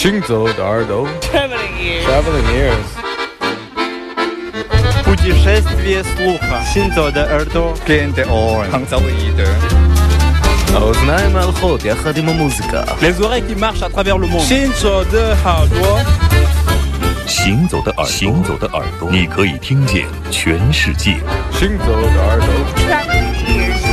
行走的耳朵 Traveling ears. Путешествие слуха. Синцо де эрдо. Кенте орен. Hangzauide. האוזניים ההלכות יחד עם המוזיקה. Les oreilles qui marchent à travers le monde. 行走的耳朵， 行走的耳朵，你可以听见全世界。 行走的耳朵。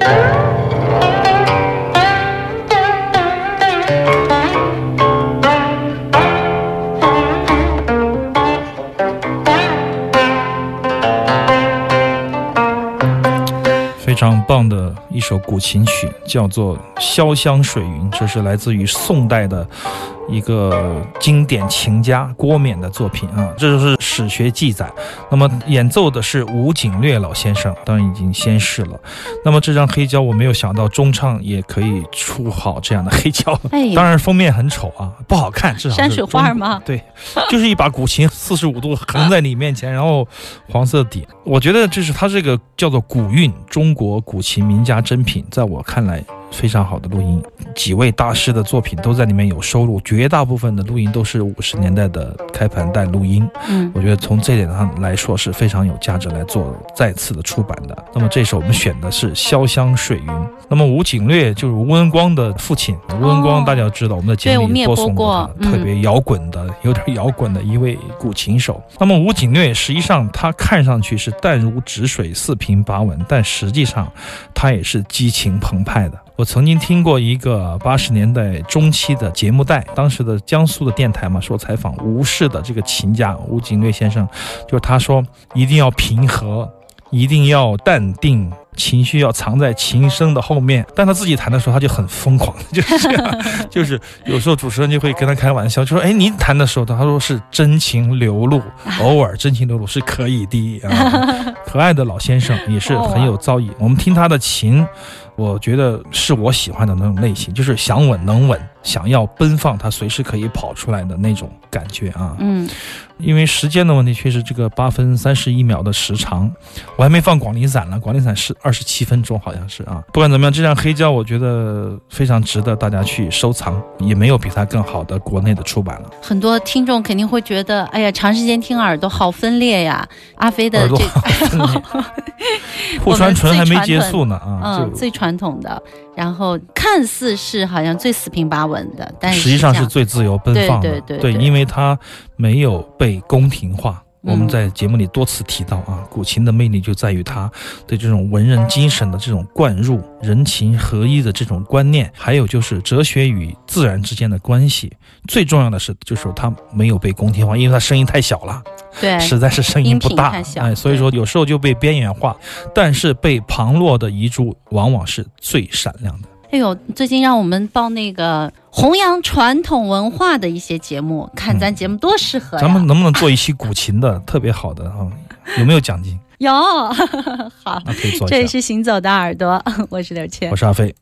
非常棒的一首古琴曲，叫做《潇湘水云》，这是来自于宋代的一个经典琴家郭冕的作品啊，这就是史学记载。那么演奏的是吴景略老先生，当然已经仙逝了。那么这张黑胶我没有想到中唱也可以出好这样的黑胶，当然封面很丑啊，不好看，至少是山水画吗？ 对，就是一把古琴45度横在你面前，然后黄色底。我觉得这是它这个叫做古韵中国古琴名家珍品，在我看来非常好的录音，几位大师的作品都在里面有收录，绝大部分的录音都是50年代的开盘带录音。我觉得从这点上来说是非常有价值来做再次的出版的。那么这首我们选的是《潇湘水云》。那么吴景略就是吴文光的父亲，吴文光大家知道，我们的节目里播送过他，特别摇滚的，有点摇滚的一位古琴手。那么吴景略实际上他看上去是淡如止水、四平八稳，但实际上他也是激情澎湃的。我曾经听过一个80年代中期的节目带，当时的江苏的电台嘛，说采访吴氏的这个琴家吴景略先生，就是他说一定要平和，一定要淡定，情绪要藏在琴声的后面。但他自己弹的时候他就很疯狂，就是这样就是有时候主持人就会跟他开玩笑，就说哎，你弹的时候他说是真情流露，偶尔真情流露是可以的可爱的老先生也是很有造诣。我们听他的琴，我觉得是我喜欢的那种类型，就是想稳能稳，想要奔放他随时可以跑出来的那种感觉啊。因为时间的问题，确实这个8分31秒的时长，我还没放广陵散了，广陵散是27分钟好像是啊。不管怎么样，这张黑胶我觉得非常值得大家去收藏，也没有比它更好的国内的出版了。 很多听众肯定会觉得，哎呀，长时间听耳朵好分裂呀。阿飞的这户川纯还没结束呢啊， 最传统的，然后看似是好像最四平八稳的，但是实际上是最自由奔放的。对，因为它没有被宫廷化。我们在节目里多次提到啊，古琴的魅力就在于它对这种文人精神的这种灌入，人情合一的这种观念，还有就是哲学与自然之间的关系。最重要的是，就是它没有被宫廷化，因为它声音太小了， 对， 实在是声音不大，所以说有时候就被边缘化。但是被旁落的遗珠往往是最闪亮的。 哎呦，最近让我们报那个弘扬传统文化的一些节目，看咱节目多适合呀。 咱们能不能做一期古琴的特别好的啊？有没有奖金？ 有好， 那可以做一下。 这里是行走的耳朵，我是刘倩， 我是阿飞。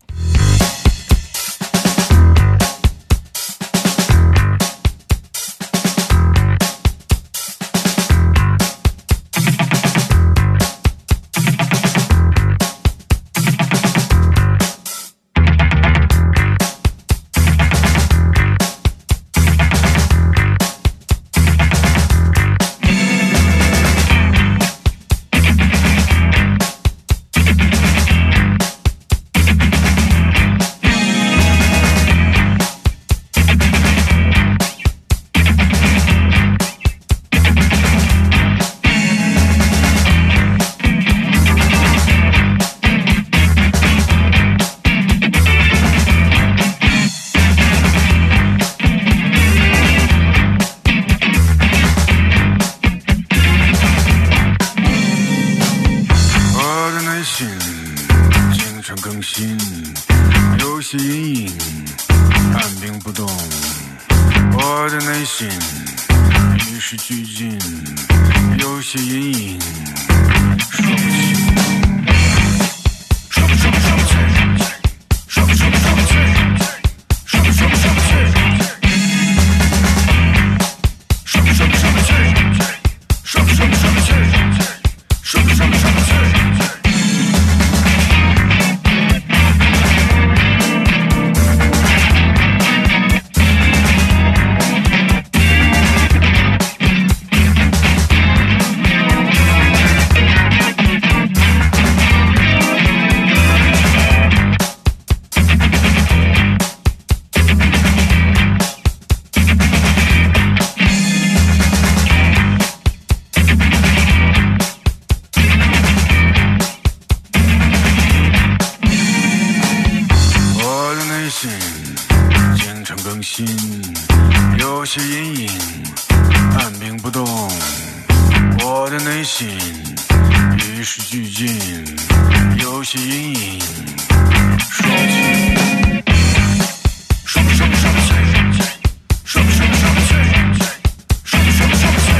心，有些阴影，但并不动。我的内心与时俱进，有些阴影。说起，说不说不说不去，说不说不说不去，说不说不说不去，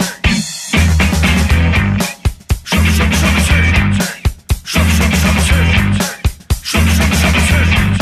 说不说不说不去，说不说不说不去，说不说不说不去。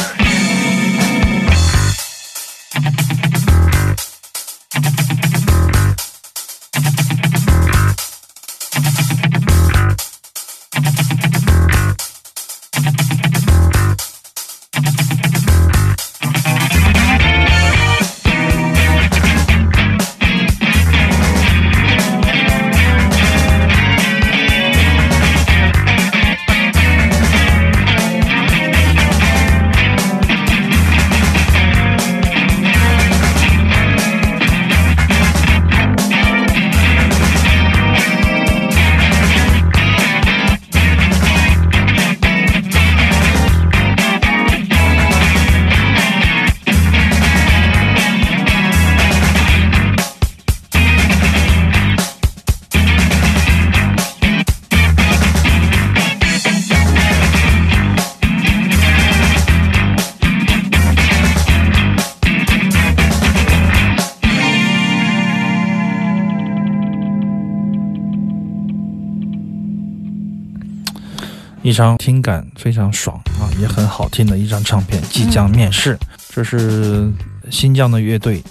一张听感非常爽啊，也很好听的一张唱片即将面世。这是新疆的乐队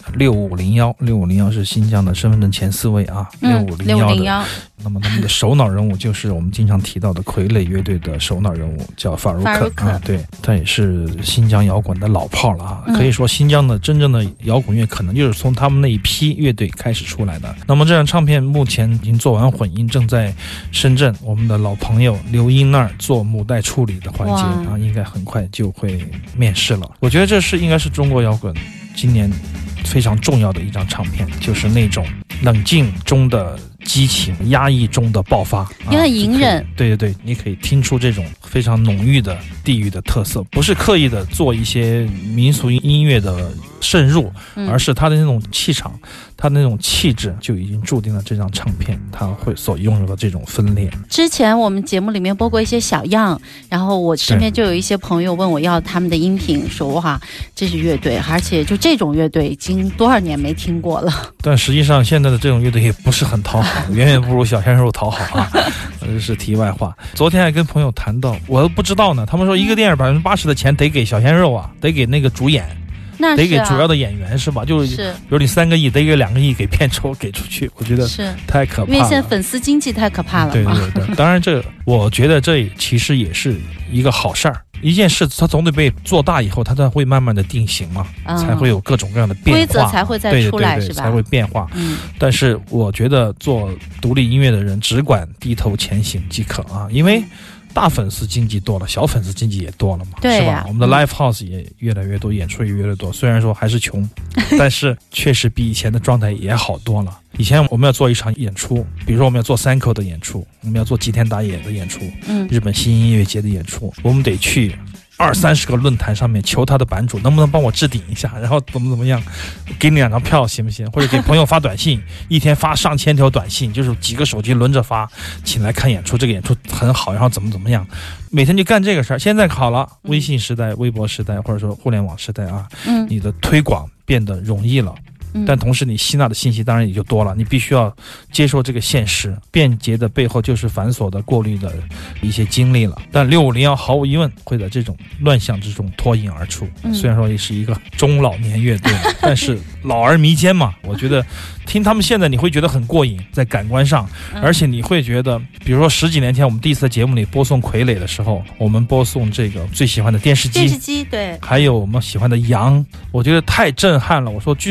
6501是新疆的身份证前4位啊，6501的。那么他们的首脑人物就是我们经常提到的傀儡乐队的首脑人物，叫法鲁克啊，对，他也是新疆摇滚的老炮了啊。可以说新疆的真正的摇滚乐可能就是从他们那一批乐队开始出来的。那么这张唱片目前已经做完混音，正在深圳我们的老朋友刘英那儿做母带处理的环节啊，应该很快就会面世了。我觉得这应该是中国摇滚今年非常重要的一张唱片，就是那种冷静中的激情，压抑中的爆发， 也很隐忍。 对对对，你可以听出这种非常浓郁的地域的特色，不是刻意的做一些民俗音乐的渗入，而是他的那种气场，他的那种气质就已经注定了这张唱片他会所拥有的这种分裂。 之前我们节目里面播过一些小样，然后我身边就有一些朋友问我要他们的音频，说哇这是乐队，而且就这种乐队已经多少年没听过了。 但实际上现在的这种乐队也不是很讨好，远远不如小鲜肉讨好啊。这是题外话。昨天还跟朋友谈到，我都不知道呢，他们说一个电影80%的钱得给小鲜肉啊，得给那个主演， 那得给主要的演员是吧？就是比如你3个亿得给2个亿给片酬给出去，我觉得是太可怕了， 因为现在粉丝经济太可怕了嘛。 对对对，当然我觉得这其实也是一个好事儿。一件事它总得被做大以后，它才会慢慢的定型嘛，才会有各种各样的变化， 规则才会再出来， 对对对， 是吧？ 才会变化。但是我觉得做独立音乐的人只管低头前行即可啊，因为大粉丝经济多了，小粉丝经济也多了嘛， 对是吧？我们的 live house 也越来越多，演出也越来越多。虽然说还是穷，但是确实比以前的状态也好多了。以前我们要做一场演出，比如说我们要做3口的演出，我们要做吉田打野的演出，日本新音乐节的演出，我们得去20-30个论坛上面求他的版主能不能帮我置顶一下，然后怎么样，给你2张票行不行？或者给朋友发短信，一天发上千条短信，就是几个手机轮着发，请来看演出，这个演出很好，然后怎么样，每天就干这个事儿。现在好了，微信时代、微博时代，或者说互联网时代啊，你的推广变得容易了。但同时你吸纳的信息当然也就多了，你必须要接受这个现实，便捷的背后就是繁琐的过滤的一些经历了。但6501毫无疑问会在这种乱象之中脱颖而出，虽然说也是一个中老年乐队，但是老而弥坚嘛，我觉得听他们现在你会觉得很过瘾，在感官上，而且你会觉得比如说10几年前我们第一次在节目里播送傀儡的时候，我们播送这个最喜欢的电视机， 对， 还有我们喜欢的羊，我觉得太震撼了。我说居然能有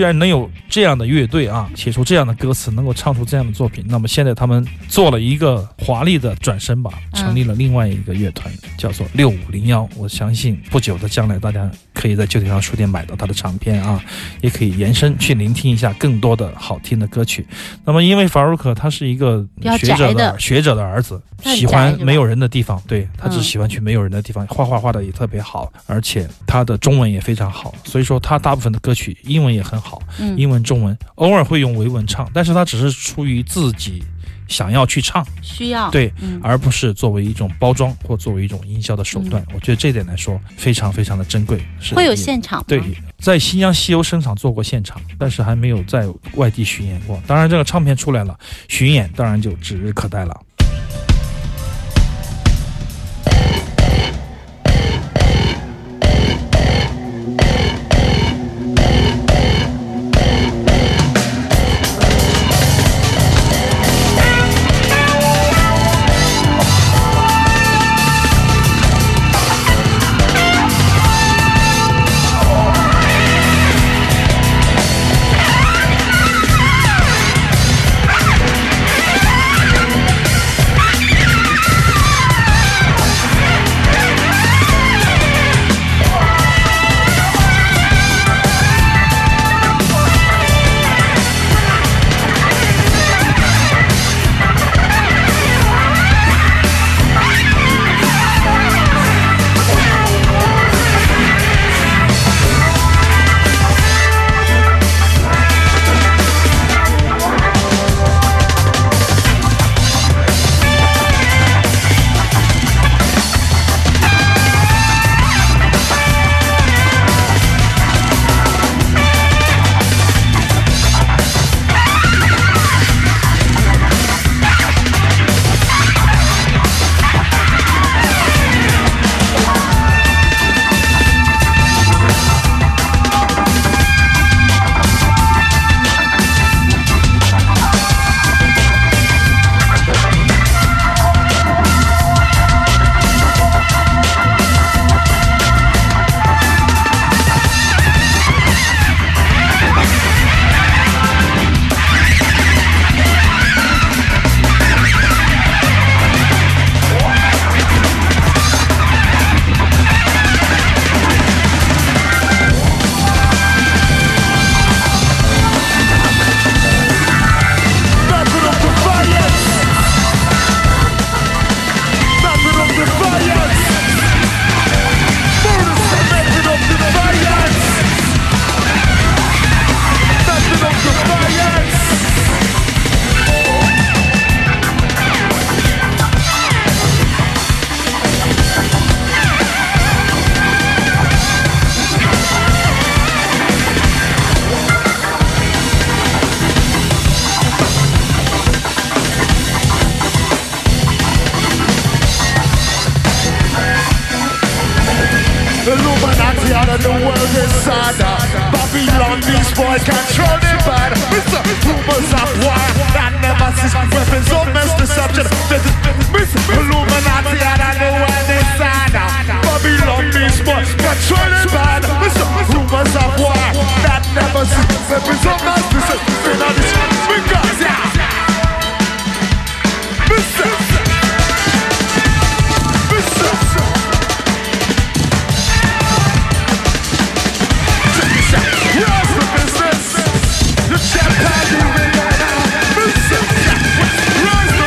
出这样的乐队啊，写出这样的歌词，能够唱出这样的作品，那么现在他们做了一个华丽的转身吧，成立了另外一个乐团，叫做6501。我相信不久的将来，大家可以在旧天堂书店买到他的唱片啊，也可以延伸去聆听一下更多的好听的歌曲。那么因为法鲁克他是一个学者的儿子，喜欢没有人的地方，对，他只喜欢去没有人的地方，画的也特别好，而且他的中文也非常好，所以说他大部分的歌曲英文也很好，英文中文偶尔会用维文唱，但是他只是出于自己想要去唱， 需要对，而不是作为一种包装或作为一种营销的手段。我觉得这点来说非常非常的珍贵。 会有现场吗？ 对，在新疆西游声场做过现场，但是还没有在外地巡演过。当然这个唱片出来了，巡演当然就指日可待了。 Illuminati out of the world disorder. Babylon, these boys control the bad. Mr. Rumors of war that never cease. Weapons don't mess the subject. Mr. Illuminati out of the world disorder. Babylon, these boys control the bad. Mr. Rumors of war that never cease. Weapons don't mess the subject. Because yeah, Mr.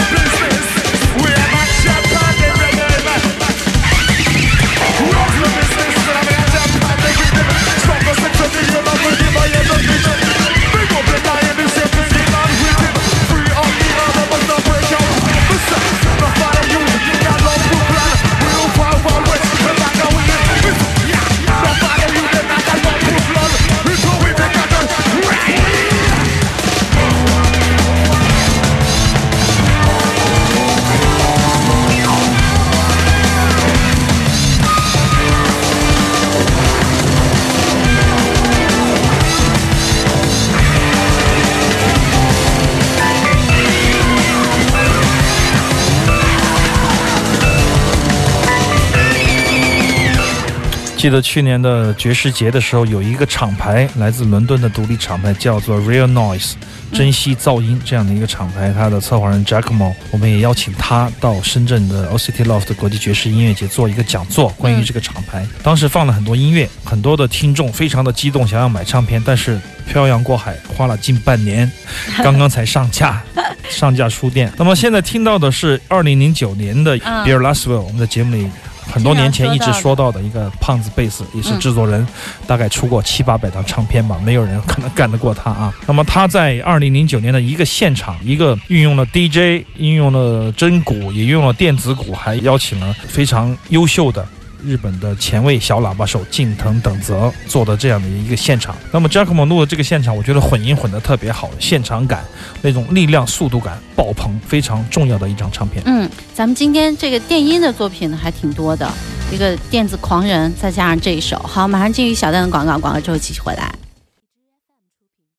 Rose the business. 记得去年的爵士节的时候，有一个厂牌来自伦敦的独立厂牌叫做 Real Noise， 珍惜噪音这样的一个厂牌，他的策划人 Giacomo， 我们也邀请他到深圳的 OCT Loft 国际爵士音乐节做一个讲座，关于这个厂牌。当时放了很多音乐，很多的听众非常的激动，想要买唱片，但是漂洋过海花了近半年，刚刚才上架书店。那么现在听到的是2009年的 Bill Laswell， 我们的节目里很多年前一直说到的一个胖子贝斯，也是制作人，大概出过700-800张唱片吧，没有人可能干得过他啊。那么他在2009年的一个现场，一个运用了 DJ， 运用了真鼓，也运用了电子鼓，还邀请了非常优秀的日本的前卫小喇叭手近藤等泽做的这样的一个现场。那么 Giacomo 录的这个现场，我觉得混音混得特别好，现场感那种力量速度感爆棚，非常重要的一张唱片。 咱们今天这个电音的作品呢还挺多的，一个电子狂人再加上这一首。好，马上进入小段的广告之后继续回来。